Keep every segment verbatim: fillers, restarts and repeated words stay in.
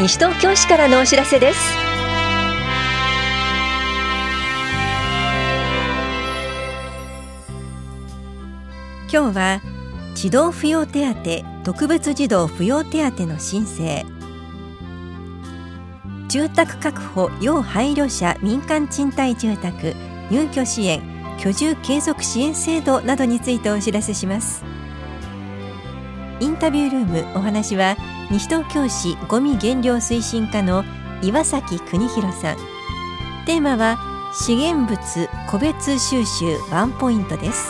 西東京市からのお知らせです。今日は児童扶養手当、特別児童扶養手当の申請、住宅確保要配慮者民間賃貸住宅入居支援居住継続支援制度などについてお知らせします。インタビュールーム、お話は西東京市ごみ減量推進課の岩崎邦弘さん。テーマは資源物個別収集ワンポイントです。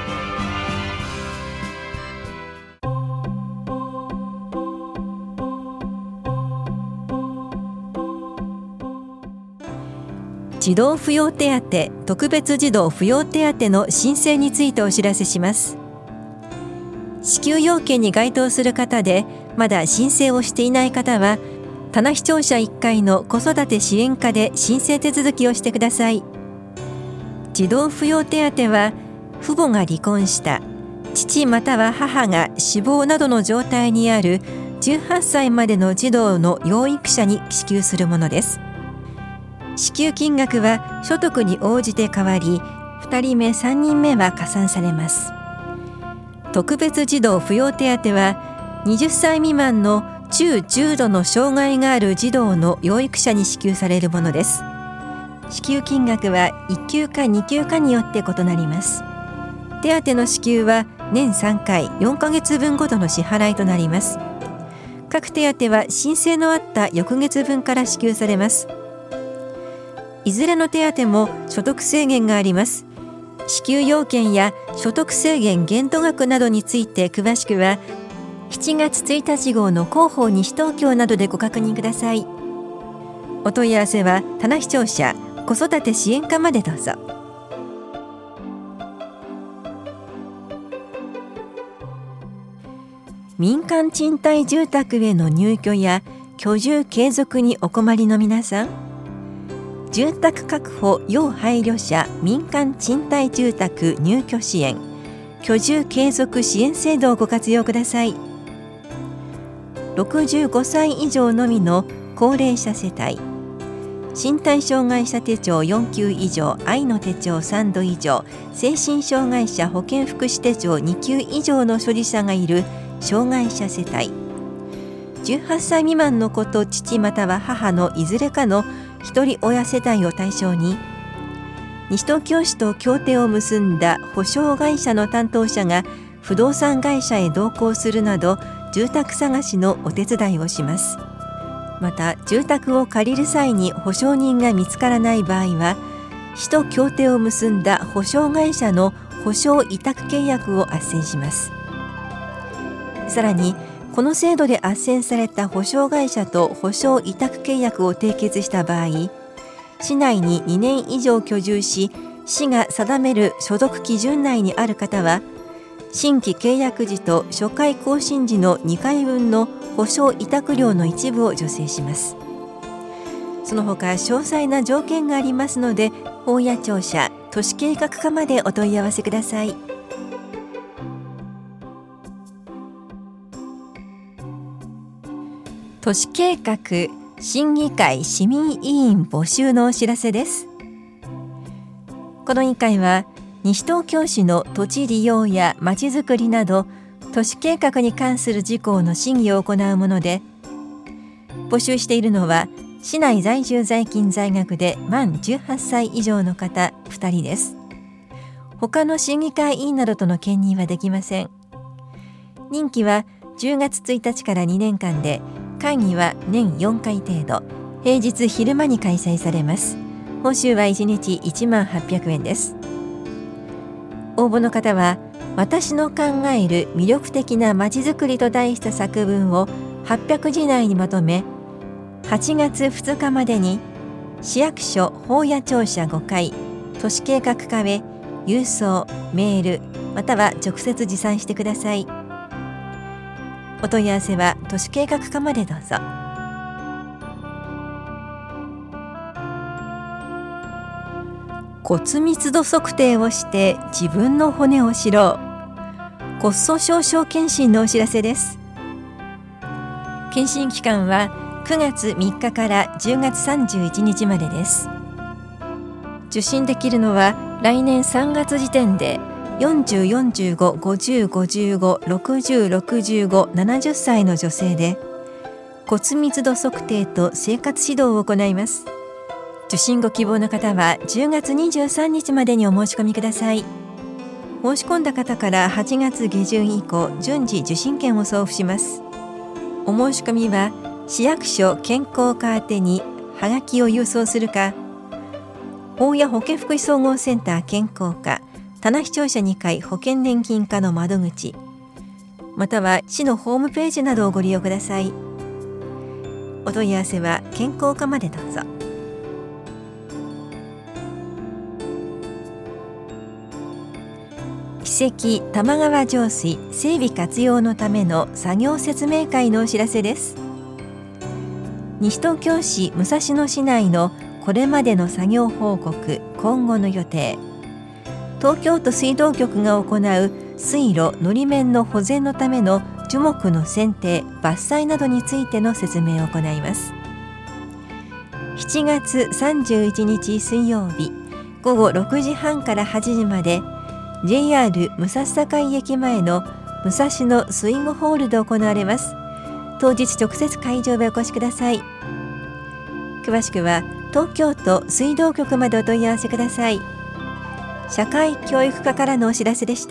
児童扶養手当、特別児童扶養手当の申請についてお知らせします。支給要件に該当する方でまだ申請をしていない方は、棚視聴者いっかいの子育て支援課で申請手続きをしてください。児童扶養手当は、父母が離婚した、父または母が死亡などの状態にあるじゅうはっさいまでの児童の養育者に支給するものです。支給金額は所得に応じて変わり、ふたりめさんにんめは加算されます。特別児童扶養手当ははたち未満の中重度の障害がある児童の養育者に支給されるものです。支給金額はいっ級かに級かによって異なります。手当の支給は年さんかいよんかげつぶんごとの支払いとなります。各手当は申請のあった翌月分から支給されます。いずれの手当も所得制限があります。支給要件や所得制限限度額などについて詳しくはしちがつついたち号の広報西東京などでご確認ください。お問い合わせは棚視聴者子育て支援課までどうぞ。民間賃貸住宅への入居や居住継続にお困りの皆さん、住宅確保要配慮者民間賃貸住宅入居支援居住継続支援制度をご活用ください。ろくじゅうごさい以上のみの高齢者世帯、身体障害者手帳よん級以上、愛の手帳さんど以上、精神障害者保健福祉手帳に級以上の所持者がいる障害者世帯、じゅうはっさい未満の子と父または母のいずれかの一人親世帯を対象に、西東京市と協定を結んだ保証会社の担当者が不動産会社へ同行するなど住宅探しのお手伝いをします。また住宅を借りる際に保証人が見つからない場合は、市と協定を結んだ保証会社の保証委託契約を斡旋します。さらにこの制度で斡旋された保証会社と保証委託契約を締結した場合、市内ににねん以上居住し、市が定める所得基準内にある方は、新規契約時と初回更新時のにかいぶんの保証委託料の一部を助成します。その他詳細な条件がありますので、法や庁舎、都市計画課までお問い合わせください。都市計画審議会市民委員募集のお知らせです。この委員会は西東京市の土地利用やまちづくりなど都市計画に関する事項の審議を行うもので、募集しているのは市内在住在勤在学で満じゅうはっさい以上の方ふたりです。他の審議会委員などとの兼任はできません。任期はじゅうがつついたちからにねんかんで、会議は年よんかい程度、平日昼間に開催されます。報酬はいちにちいちまんはっぴゃくえんです。応募の方は、私の考える魅力的なまちづくりと題した作文をはっぴゃくじ内にまとめ、はちがつふつかまでに市役所法や庁舎ごかい、都市計画課へ郵送、メールまたは直接持参してください。お問い合わせは都市計画課までどうぞ。骨密度測定をして自分の骨を知ろう。骨粗しょう症検診のお知らせです。検診期間はくがつみっかからじゅうがつさんじゅういちにちまでです。受診できるのは来年さんがつ時点でよんじゅう、よんじゅうご、ごじゅう、ごじゅうご、ろくじゅう、ろくじゅうご、ななじゅっさいの女性で、骨密度測定と生活指導を行います。受診ご希望の方はじゅうがつにじゅうさんにちまでにお申し込みください。申し込んだ方からはちがつげじゅん以降、順次受診券を送付します。お申し込みは市役所健康課宛てにはがきを郵送するか、法や保健福祉総合センター健康課棚視聴者にかい保険年金課の窓口、または市のホームページなどをご利用ください。お問い合わせは健康課までどうぞ。史跡玉川上水整備活用のための作業説明会のお知らせです。西東京市武蔵野市内のこれまでの作業報告、今後の予定、東京都水道局が行う水路・のり面の保全のための樹木の剪定・伐採などについての説明を行います。しちがつさんじゅういちにち水曜日ごごろくじはんからはちじまで ジェイアール 武蔵境駅前の武蔵野スイングホールで行われます。当日直接会場へお越しください。詳しくは東京都水道局までお問い合わせください。社会教育課からのお知らせでした。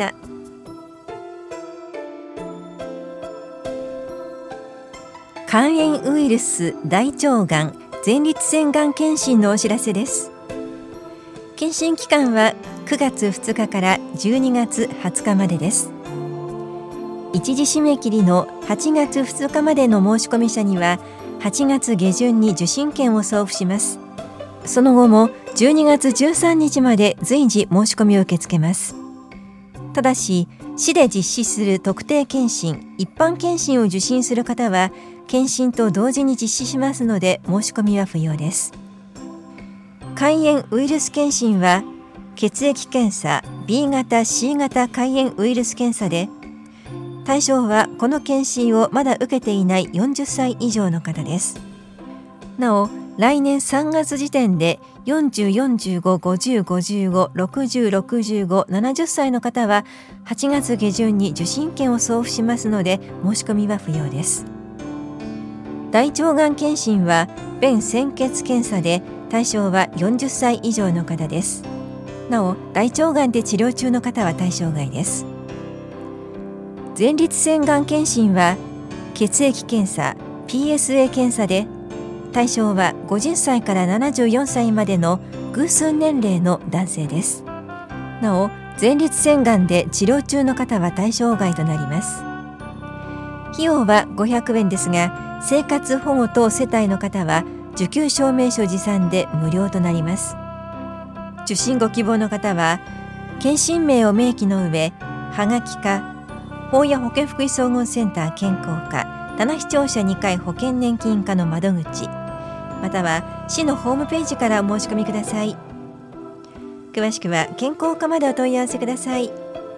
肝炎ウイルス大腸がん前立腺がん検診のお知らせです。検診期間はくがつふつかからじゅうにがつはつかまでです。一時締め切りのはちがつふつかまでの申し込み者にははちがつげじゅんに受診券を送付します。その後もじゅうにがつじゅうさんにちまで随時申し込みを受け付けます。ただし市で実施する特定健診、一般健診を受診する方は検診と同時に実施しますので申し込みは不要です。肝炎ウイルス検診は血液検査 ビーがた シーがた肝炎ウイルス検査で、対象はこの検診をまだ受けていないよんじゅっさい以上の方です。なお来年さんがつ時点でよんじゅう、よんじゅうご、ごじゅう、ごじゅうご、ろくじゅう、ろくじゅうご、ななじゅっさいの方ははちがつげじゅんに受診券を送付しますので申し込みは不要です。大腸がん検診は便潜血検査で、対象はよんじゅっさい以上の方です。なお大腸がんで治療中の方は対象外です。前立腺がん検診は血液検査 ピーエスエー 検査で、対象はごじゅっさいからななじゅうよんさいまでの偶数年齢の男性です。なお前立腺がんで治療中の方は対象外となります。費用はごひゃくえんですが、生活保護等世帯の方は受給証明書持参で無料となります。受診ご希望の方は検診名を明記の上、はがきか法や保健福祉総合センター健康課棚視聴者にかい保険年金課の窓口、または市のホームページからお申し込みください。詳しくは健康課までお問い合わせください。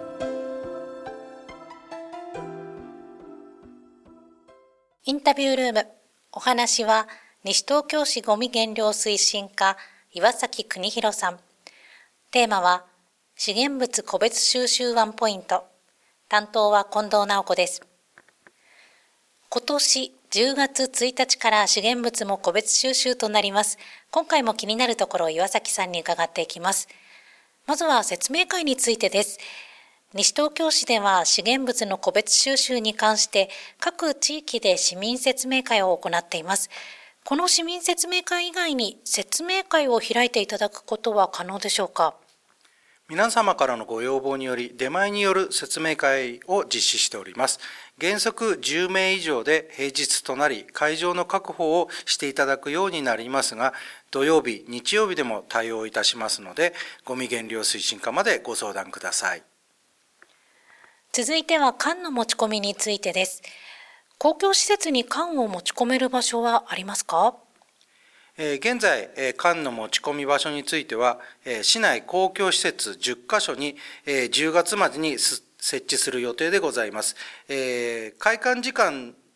インタビュールーム。お話は西東京市ごみ減量推進課岩崎邦弘さん。テーマは資源物個別収集ワンポイント。担当は近藤直子です。今年じゅうがつついたちから資源物も個別収集となります。今回も気になるところを岩崎さんに伺っていきます。まずは説明会についてです。西東京市では資源物の個別収集に関して各地域で市民説明会を行っています。この市民説明会以外に説明会を開いていただくことは可能でしょうか。 皆様からのご要望により出前による説明会を実施しております。原則じゅうめい以上で平日となり、会場の確保をしていただくようになりますが、土曜日、日曜日でも対応いたしますので、ごみ減量推進課までご相談ください。 続いては缶の持ち込みについてです。公共施設に缶を持ち込める場所はありますか？ えー、現在、えー、缶の持ち込み場所については、えー、市内公共施設じゅっかしょに、えー、じゅうがつまでに設置する予定でございます。えー、開館時間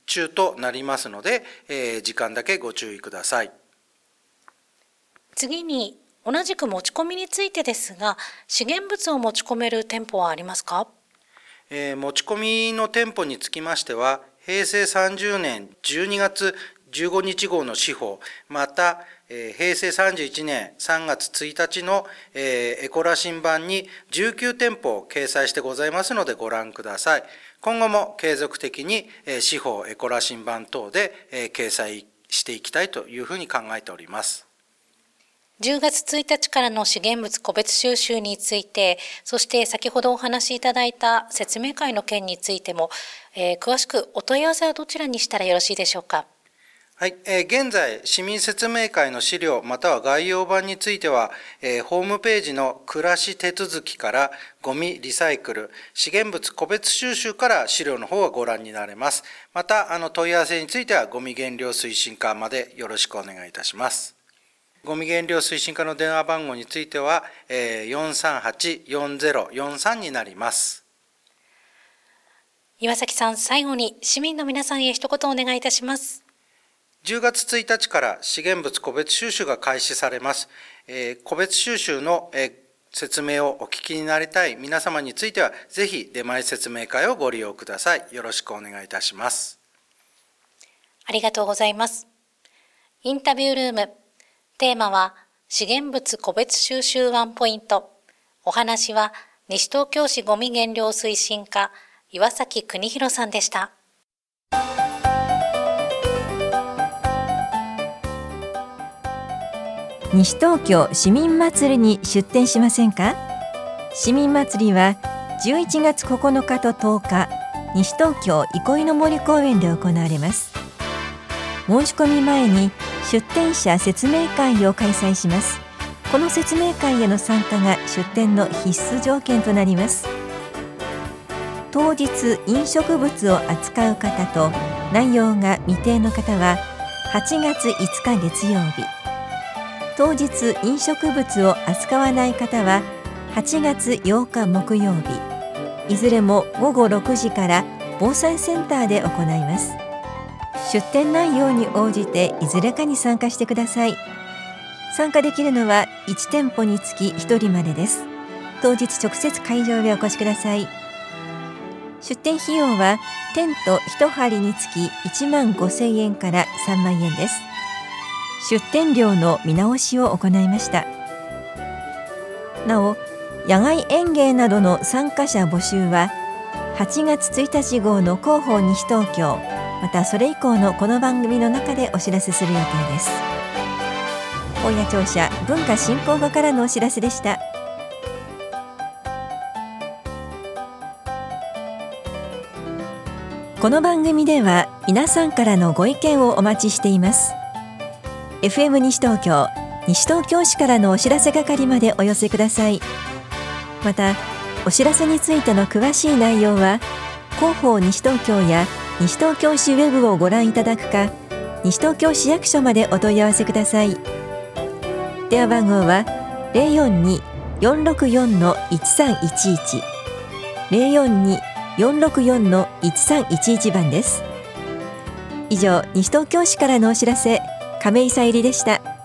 中となりますので、えー、時間だけご注意ください。 次に同じく持ち込みについてですが、資源物を持ち込める店舗はありますか？ えー、持ち込みの店舗につきましては、へいせいさんじゅうねんじゅうにがつじゅうごにち号の司法、また、えー、へいせいさんじゅういちねんさんがつついたちの、えー、エコラ新版にじゅうきゅうてんぽ掲載してございますのでご覧ください。今後も継続的に、えー、司法エコラ新版等で、えー、掲載していきたいというふうに考えております。 じゅうがつついたちからの資源物個別収集について、そして先ほどお話しいただいた説明会の件についても、えー、詳しくお問い合わせはどちらにしたらよろしいでしょうか？ はい、えー、現在、市民説明会の資料または概要版については、えー、ホームページの暮らし手続きからゴミリサイクル、資源物個別収集から資料の方がご覧になれます。また、あの問い合わせについてはゴミ減量推進課までよろしくお願いいたします。ゴミ減量推進課の電話番号については、えー、よんさんはちよんゼロよんさんになります。 岩崎さん、最後に市民の皆さんへ一言お願いいたします。 じゅうがつついたちから資源物個別収集が開始されます。えー、個別収集の、えー、説明をお聞きになりたい皆様については、ぜひ出前説明会をご利用ください。よろしくお願いいたします。 ありがとうございます。インタビュールーム、テーマは資源物個別収集ワンポイント。お話は西東京市ゴミ減量推進課岩崎邦弘さんでした。 西東京市民祭りに出店しませんか？市民祭りはじゅういちがつここのかととおか、西東京憩いの森公園で行われます。申し込み前に出店者説明会を開催します。この説明会への参加が出店の必須条件となります。当日飲食物を扱う方と内容が未定の方ははちがついつか月曜日、当日飲食物を扱わない方ははちがつようか木曜日、いずれもごごろくじから防災センターで行います。出店内容に応じていずれかに参加してください。参加できるのはいちてんぽにつきひとりまでです。当日直接会場へお越しください。出店費用はテントいちはりにつきいちまんごせんえんからさんまんえんです。出店料の見直しを行いました。なお、野外演芸などの参加者募集ははちがつついたち号の広報西東京、またそれ以降のこの番組の中でお知らせする予定です。本屋庁舎文化振興課からのお知らせでした。この番組では皆さんからのご意見をお待ちしています。エフエム 西東京、西東京市からのお知らせ係までお寄せください。また、お知らせについての詳しい内容は広報西東京や西東京市ウェブをご覧いただくか、西東京市役所までお問い合わせください。電話番号は ゼロよんに よんろくよん いちさんいちいち ゼロよんに よんろくよん いちさんいちいち番です。以上、西東京市からのお知らせ、亀井さゆりでした。